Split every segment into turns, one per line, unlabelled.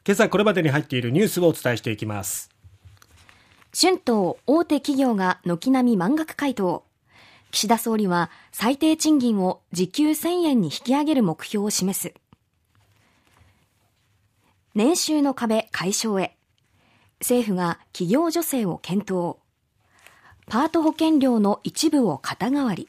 今朝これまでに入っているニュースをお伝えしていきます。
春闘、大手企業が軒並み満額回答。岸田総理は最低賃金を時給1000円に引き上げる目標を示す。年収の壁解消へ。政府が企業助成を検討。パート保険料の一部を肩代わり。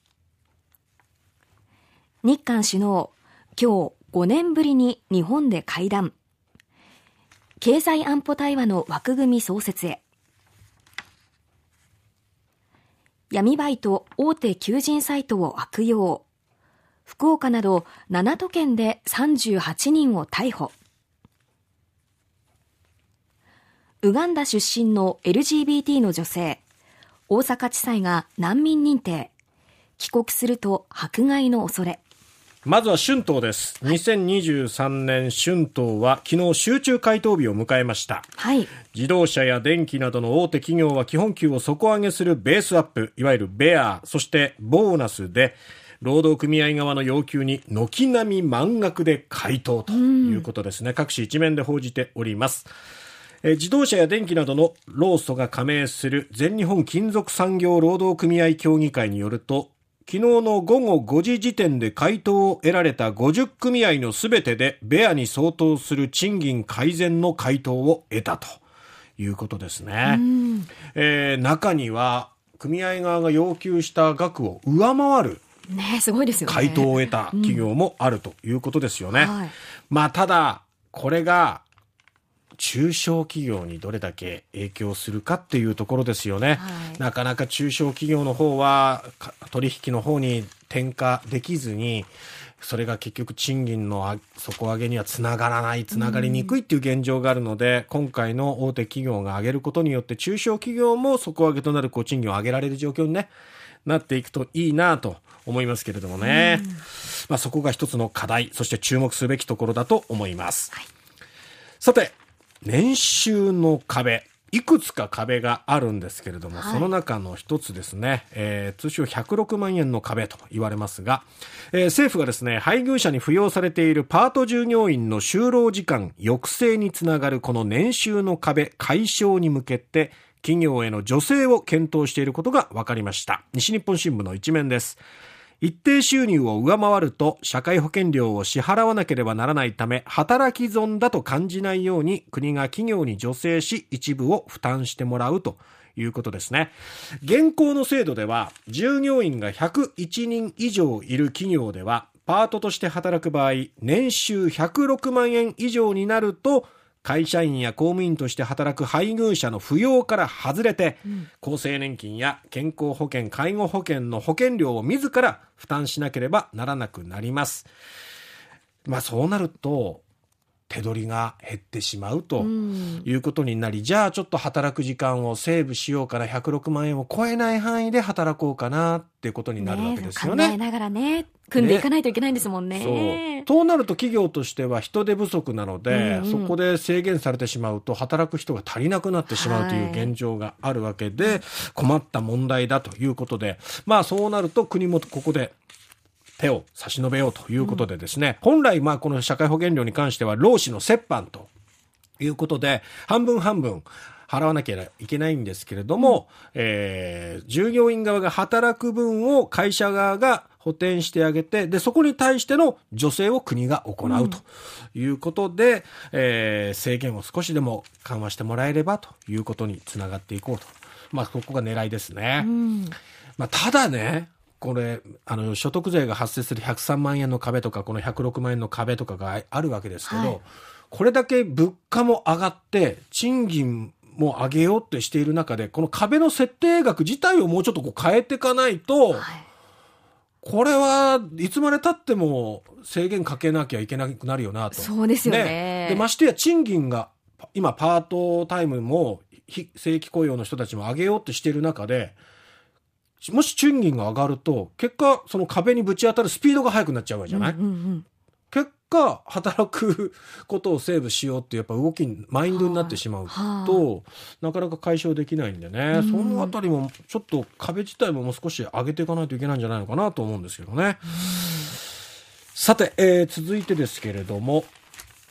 日韓首脳、今日5年ぶりに日本で会談。経済安保対話の枠組み創設へ。闇バイト大手求人サイトを悪用。福岡など7都県で38人を逮捕。ウガンダ出身の LGBT の女性、大阪地裁が難民認定。帰国すると迫害の恐れ。
まずは春闘です。2023年春闘は昨日集中回答日を迎えました、
はい、
自動車や電機などの大手企業は基本給を底上げするベースアップ、いわゆるベア、そしてボーナスで労働組合側の要求に軒並み満額で回答ということですね。各紙一面で報じております。自動車や電機などの労組が加盟する全日本金属産業労働組合協議会によると、昨日の午後5時時点で回答を得られた50組合のすべてでベアに相当する賃金改善の回答を得たということですね。中には組合側が要求した額を上回る
すごいですよね。
回答を得た企業もあるということですよね。ただこれが中小企業にどれだけ影響するかっていうところですよね。なかなか中小企業の方は取引の方に転嫁できずに、それが結局賃金の底上げにはつながりにくいっていう現状があるので、今回の大手企業が上げることによって中小企業も底上げとなる賃金を上げられる状況に、なっていくといいなと思いますけれどもね。そこが一つの課題、そして注目すべきところだと思います。さて、年収の壁、いくつか壁があるんですけれども、その中の一つですね、通称106万円の壁と言われますが、政府がですね、配偶者に扶養されているパート従業員の就労時間抑制につながるこの年収の壁解消に向けて企業への助成を検討していることが分かりました。西日本新聞の一面です。一定収入を上回ると社会保険料を支払わなければならないため、働き損だと感じないように国が企業に助成し、一部を負担してもらうということですね。現行の制度では従業員が101人以上いる企業では、パートとして働く場合年収106万円以上になると、会社員や公務員として働く配偶者の扶養から外れて、厚生年金や健康保険、介護保険の保険料を自ら負担しなければならなくなります。そうなると手取りが減ってしまうということになり、じゃあちょっと働く時間をセーブしようかな、106万円を超えない範囲で働こうかなっていうことになるわけですよね。
考えながら組んでいかないといけないんですもんね。
そうなると企業としては人手不足なので、そこで制限されてしまうと働く人が足りなくなってしまうという現状があるわけで、困った問題だということで、そうなると国もここで手を差し伸べようということでですね、本来この社会保険料に関しては労使の折半ということで半分半分払わなきゃいけないんですけれども、従業員側が働く分を会社側が補填してあげて、でそこに対しての助成を国が行うということで、制限を少しでも緩和してもらえればということにつながっていこうと、そこが狙いですね。ただね、これ所得税が発生する103万円の壁とかこの106万円の壁とかがあるわけですけど、これだけ物価も上がって賃金も上げようってしている中で、この壁の設定額自体をもうちょっと変えていかないと、これはいつまで経っても制限かけなきゃいけなくなるよなと。
そうですよね。
でましてや賃金が今パートタイムも非正規雇用の人たちも上げようってしている中で、もし賃金が上がると結果その壁にぶち当たるスピードが速くなっちゃうわけじゃない、結果働くことをセーブしようってやっぱマインドになってしまうと、なかなか解消できないんでね、そのあたりもちょっと壁自体ももう少し上げていかないといけないんじゃないのかなと思うんですけどね。さて、続いてですけれども、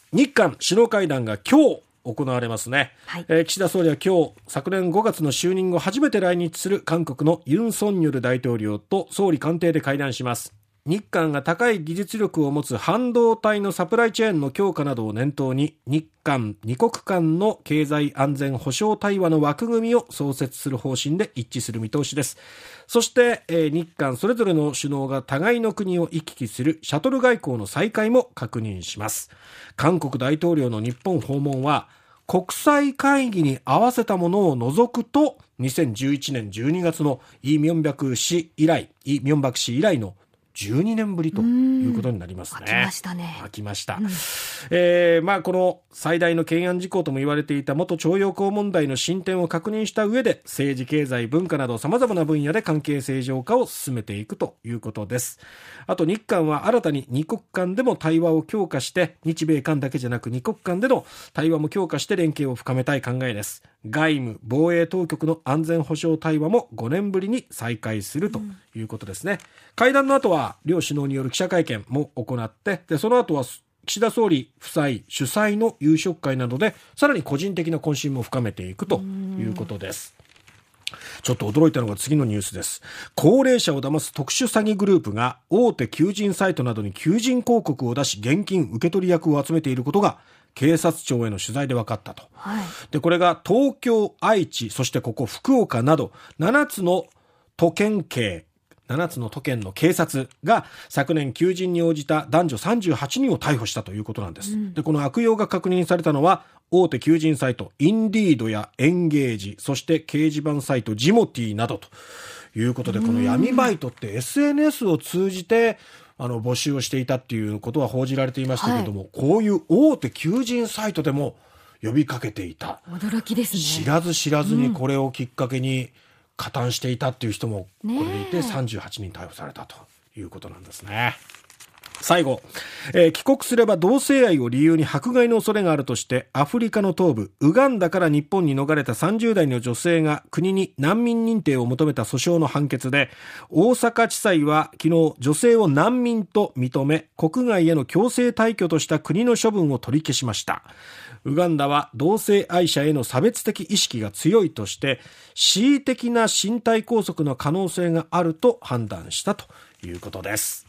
日韓首脳会談が今日行われますね、
はい。
岸田総理は今日昨年5月の就任後初めて来日する韓国のユン・ソンニョル大統領と総理官邸で会談します。日韓が高い技術力を持つ半導体のサプライチェーンの強化などを念頭に日韓2国間の経済安全保障対話の枠組みを創設する方針で一致する見通しです。そして、日韓それぞれの首脳が互いの国を行き来するシャトル外交の再開も確認します。韓国大統領の日本訪問は国際会議に合わせたものを除くと2011年12月のイ・ミョンバク氏以来の12年ぶりということになりますね。
飽きましたね。
飽きました。この最大の懸案事項とも言われていた元徴用工問題の進展を確認した上で、政治経済文化など様々な分野で関係正常化を進めていくということです。あと日韓は新たに2国間でも対話を強化して、日米韓だけじゃなく2国間での対話も強化して連携を深めたい考えです。外務防衛当局の安全保障対話も5年ぶりに再開するということですね。会談の後は両首脳による記者会見も行って、でその後は岸田総理夫妻主催の夕食会などでさらに個人的な懇親も深めていくということです。ちょっと驚いたのが次のニュースです。高齢者を騙す特殊詐欺グループが大手求人サイトなどに求人広告を出し現金受け取り役を集めていることが警察庁への取材で分かったと、はい、でこれが東京、愛知、そしてここ福岡など7つの都県の警察が昨年求人に応じた男女38人を逮捕したということなんです、でこの悪用が確認されたのは大手求人サイトインディードやエンゲージ、そして掲示板サイトジモティーなどということで、この闇バイトって SNS を通じて募集をしていたっていうことは報じられていましたけれども、はい、こういう大手求人サイトでも呼びかけていた。
驚きですね。
知らず知らずにこれをきっかけに加担していたっていう人もこれでいて38人逮捕されたということなんですね。最後、帰国すれば同性愛を理由に迫害の恐れがあるとしてアフリカの東部ウガンダから日本に逃れた30代の女性が国に難民認定を求めた訴訟の判決で、大阪地裁は昨日女性を難民と認め国外への強制退去とした国の処分を取り消しました。ウガンダは同性愛者への差別的意識が強いとして恣意的な身体拘束の可能性があると判断したということです。